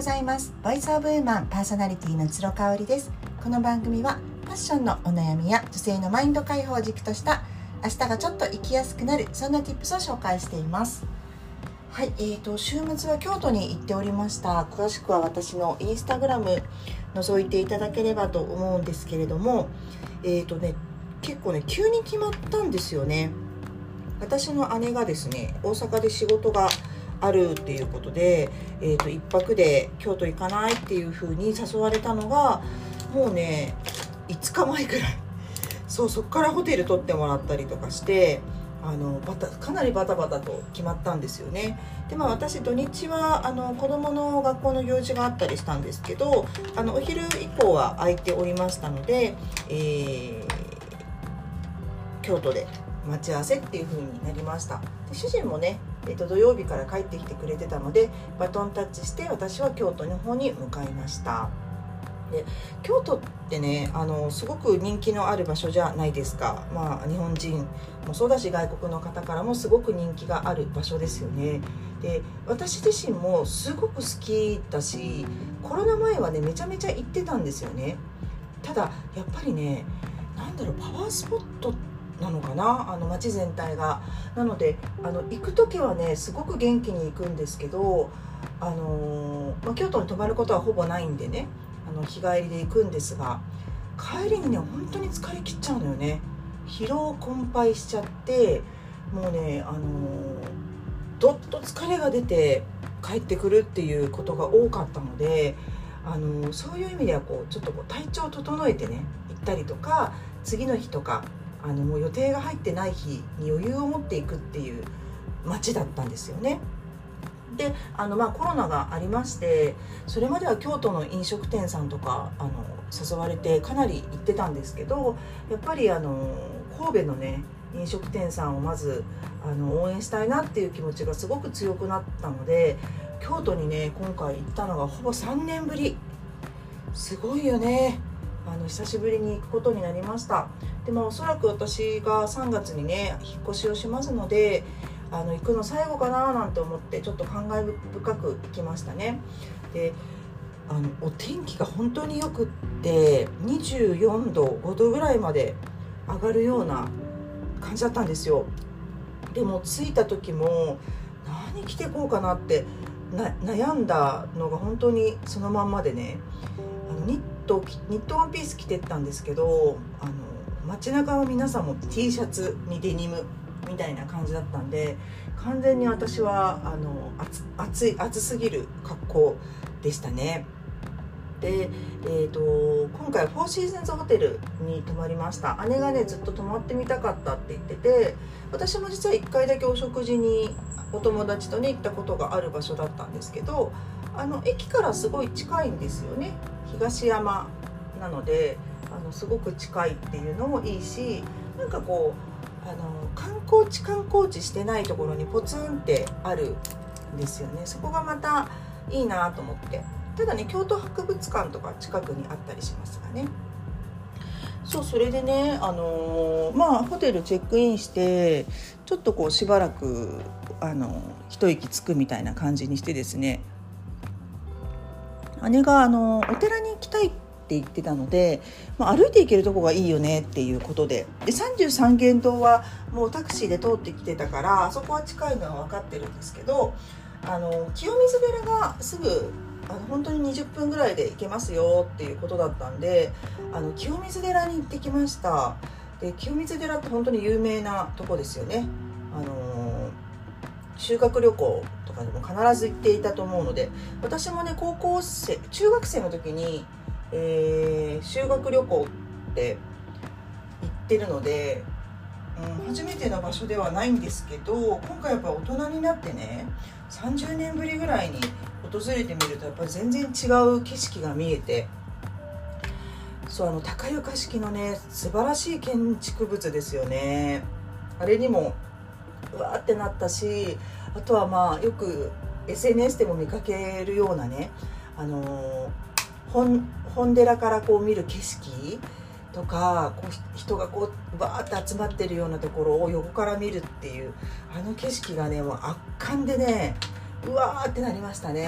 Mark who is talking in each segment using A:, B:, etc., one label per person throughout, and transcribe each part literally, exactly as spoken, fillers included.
A: ざいます。ボイスオブウーマンパーソナリティの鶴香織です。この番組はファッションのお悩みや女性のマインド解放を軸とした明日がちょっと生きやすくなる、そんな tips を紹介しています。はい、えーと週末は京都に行っておりました。詳しくは私のインスタグラム覗いていただければと思うんですけれども、えーとね結構ね急に決まったんですよね。私の姉がですね、大阪で仕事があるっていうことで、えーと、一泊で京都行かないっていう風に誘われたのがもうねいつかまえくらい。そう、そこからホテル取ってもらったりとかして、あのバタかなりバタバタと決まったんですよね。で、まあ、私土日はあの子どもの学校の行事があったりしたんですけど、あのお昼以降は空いておりましたので、えー、京都で待ち合わせっていう風になりました。で、主人もね、えーと、土曜日から帰ってきてくれてたのでバトンタッチして私は京都の方に向かいました。で、京都ってね、あのすごく人気のある場所じゃないですか。まあ日本人もそうだし外国の方からもすごく人気がある場所ですよね。で、私自身もすごく好きだし、コロナ前はねめちゃめちゃ行ってたんですよね。ただやっぱりね、なんだろう、パワースポットってなのかな、あの街全体が。なのであの行く時はねすごく元気に行くんですけど、あのーまあ、京都に泊まることはほぼないんでね、あの日帰りで行くんですが、帰りにね本当に疲れ切っちゃうのよね。疲労困憊しちゃって、もうね、あのー、どっと疲れが出て帰ってくるっていうことが多かったので、あのー、そういう意味ではこうちょっとこう体調を整えてね行ったりとか、次の日とかあのもう予定が入ってない日に余裕を持っていくっていう街だったんですよね。で、あのまあコロナがありまして、それまでは京都の飲食店さんとかあの誘われてかなり行ってたんですけど、やっぱりあの神戸のね飲食店さんをまずあの応援したいなっていう気持ちがすごく強くなったので、京都にね今回行ったのがほぼさんねんぶり。すごいよね。あの久しぶりに行くことになりました。でもおそらく私がさんがつにね引っ越しをしますので、あの行くの最後かななんて思ってちょっと感慨深く行きましたね。で、あのお天気が本当によくって、にじゅうよんどごどぐらいまで上がるような感じだったんですよ。でも着いた時も何着てこうかなってな悩んだのが本当にそのまんまでね、あのニットニットワンピース着てったんですけど、あの街中の皆さんも T シャツにデニムみたいな感じだったんで、完全に私はあの 暑, 暑い暑すぎる格好でしたね。で、えー、と今回フォーシーズンズホテルに泊まりました。姉がねずっと泊まってみたかったって言ってて、私も実はいっかいだけお食事にお友達とね行ったことがある場所だったんですけど、あの駅からすごい近いんですよね。東山なのであのすごく近いっていうのもいいし、なんかこうあの観光地観光地してないところにポツンってあるんですよね。そこがまたいいなと思って。ただね、京都博物館とか近くにあったりしますがね。そう、それでね、あのー、まあホテルチェックインしてちょっとこうしばらくあの一息つくみたいな感じにしてですね、姉があのお寺に行きたいって言ってたので、まあ、歩いて行けるとこがいいよねっていうことで、でさんじゅうさんげん堂はもうタクシーで通ってきてたから、あそこは近いのは分かってるんですけど、あの清水寺がすぐあの本当ににじゅっぷんぐらいで行けますよっていうことだったんで、あの清水寺に行ってきました。で、清水寺って本当に有名なとこですよね。あの修学旅行とかでも必ず行っていたと思うので、私もね高校生中学生の時に、えー、修学旅行って行ってるので、うん、初めての場所ではないんですけど、今回やっぱ大人になってねさんじゅうねんぶりぐらいに訪れてみるとやっぱり全然違う景色が見えて、そう、あの高床式のね素晴らしい建築物ですよね。あれにもうわーってなったし、あとはまあよく エスエヌエス でも見かけるようなね、あのー、本, 本寺からこう見る景色とか、こう人がこうバーって集まってるようなところを横から見るっていうあの景色がねもう圧巻でね、うわーってなりましたね。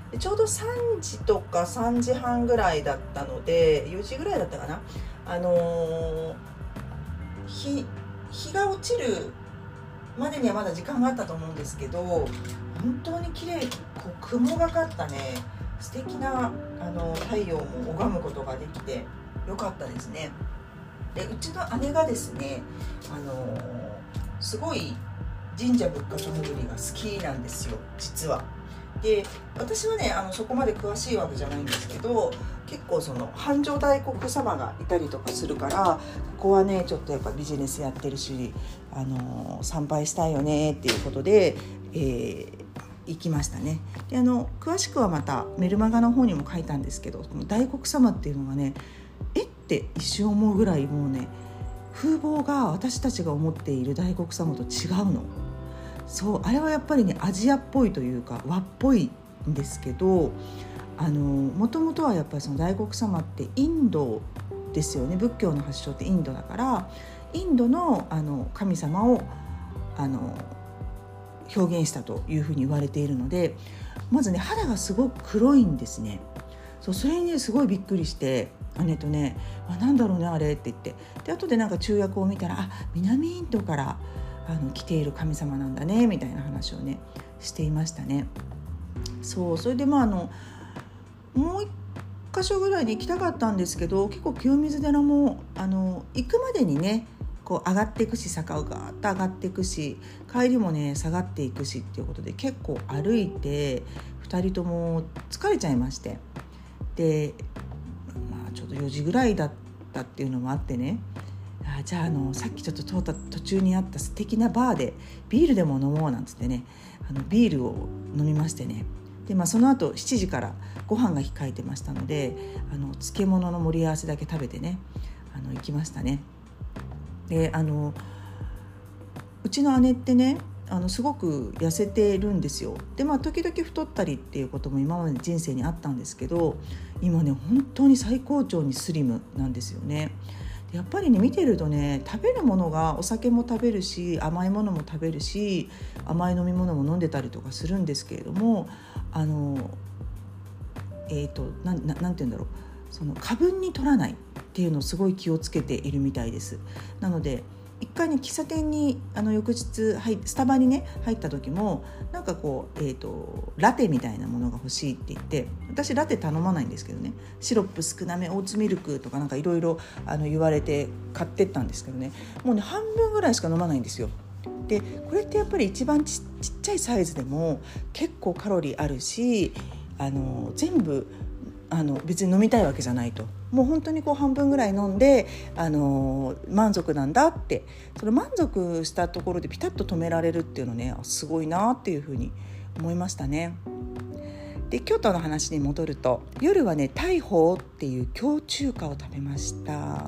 A: でちょうどさんじとかさんじはんぐらいだったので、よじぐらいだったかな、あのー、日, 日が落ちるまでにはまだ時間があったと思うんですけど、本当に綺麗、こう雲がかったね、素敵なあの太陽も拝むことができてよかったですね。でうちの姉がですね、あのすごい神社仏閣巡りが好きなんですよ、実は。で私はね、あのそこまで詳しいわけじゃないんですけど、結構その繁盛大黒様がいたりとかするから、ここはねちょっとやっぱビジネスやってるし、あの参拝したいよねっていうことで、えー、行きましたね。であの詳しくはまたメルマガの方にも書いたんですけど、大黒様っていうのがね、えって一瞬思うぐらい、もうね風貌が私たちが思っている大黒様と違うの。そう、あれはやっぱりねアジアっぽいというか和っぽいんですけど、あのもともとはやっぱりその大黒様ってインドですよね。仏教の発祥ってインドだから、インド の, あの神様をあの表現したというふうに言われているので、まずね肌がすごく黒いんですね。そう、それにねすごいびっくりして、姉とね、あ、なんだろうねあれって言って、で後でなんか注訳を見たら、あ、南インドからあの来ている神様なんだねみたいな話をねしていましたね。そう、それでまああのもう一箇所ぐらいに行きたかったんですけど、結構清水寺もあの行くまでにねこう上がっていくし、坂をガーッと上がっていくし、帰りもね下がっていくしっていうことで、結構歩いてふたりとも疲れちゃいまして、で、まあ、ちょっとよじぐらいだったっていうのもあってね、あ、じゃあ、あのさっきちょっと通った途中にあった素敵なバーでビールでも飲もうなんつってね、あのビールを飲みましてね。で、まあ、その後しちじからご飯が控えてましたので、あの漬物の盛り合わせだけ食べてね、あの行きましたね。で、あのうちの姉ってね、あのすごく痩せてるんですよ。で、まあ時々太ったりっていうことも今まで人生にあったんですけど、今ね本当に最高潮にスリムなんですよね。やっぱりね見てるとね、食べるものがお酒も食べるし、甘いものも食べるし、甘い飲み物も飲んでたりとかするんですけれども、あのえーとなななんて言うんだろう、その過分に取らないっていうのをすごい気をつけているみたいです。なので一回ね喫茶店にあの翌日入スタバにね入った時も、なんかこう、えーとラテみたいなものが欲しいって言って、私ラテ頼まないんですけどね、シロップ少なめ、オーツミルクとかなんかいろいろ言われて買ってったんですけどね、もうね半分ぐらいしか飲まないんですよ。でこれってやっぱり一番 ち, ちっちゃいサイズでも結構カロリーあるし、あの全部あの別に飲みたいわけじゃないと、もう本当にこう半分ぐらい飲んで、あの満足なんだって、その満足したところでピタッと止められるっていうのね、すごいなっていうふうに思いましたね。で、京都の話に戻ると、夜はね大宝っていう京中華を食べました。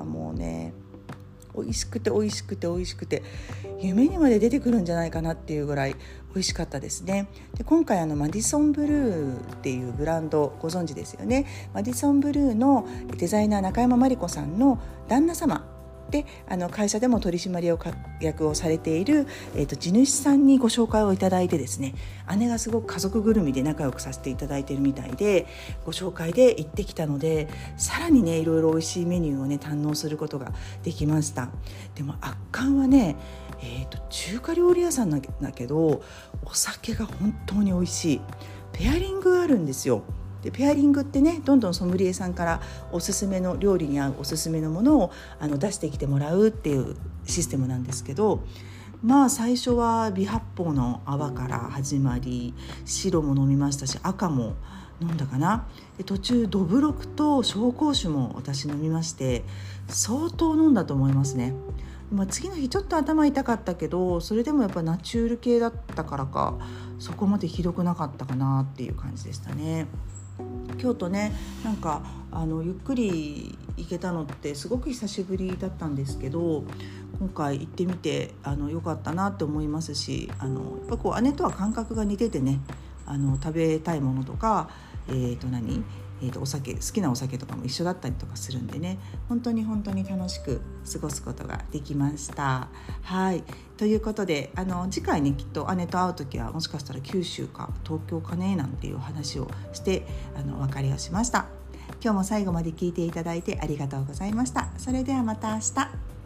A: もうね美味しくて美味しくて美味しくて、夢にまで出てくるんじゃないかなっていうぐらい美味しかったですね。で、今回あのマディソンブルーっていうブランドご存知ですよね。マディソンブルーのデザイナー中山真理子さんの旦那様で、あの会社でも取締役をされている、えーと、地主さんにご紹介をいただいてですね、姉がすごく家族ぐるみで仲良くさせていただいているみたいで、ご紹介で行ってきたので、さらにねいろいろ美味しいメニューをね堪能することができました。でも圧巻はね、えーと、中華料理屋さんなんだけど、お酒が本当に美味しい。ペアリングがあるんですよ。でペアリングってね、どんどんソムリエさんからおすすめの料理に合うおすすめのものをあの出してきてもらうっていうシステムなんですけど、まあ最初は微発泡の泡から始まり、白も飲みましたし赤も飲んだかな。で途中どぶろくと紹興酒も私飲みまして、相当飲んだと思いますね。まあ、次の日ちょっと頭痛かったけど、それでもやっぱナチュール系だったからか、そこまでひどくなかったかなっていう感じでしたね。京都ね、なんかあのゆっくり行けたのってすごく久しぶりだったんですけど、今回行ってみてあの良かったなって思いますし、あのやっぱこう姉とは感覚が似ててね、あの食べたいものとか、えーと何えーと、お酒好きなお酒とかも一緒だったりとかするんでね、本当に本当に楽しく過ごすことができました。はい、ということであの次回ね、きっと姉と会う時はもしかしたら九州か東京かねなんていう話をしてあのお別れをしました。今日も最後まで聞いていただいてありがとうございました。それではまた明日。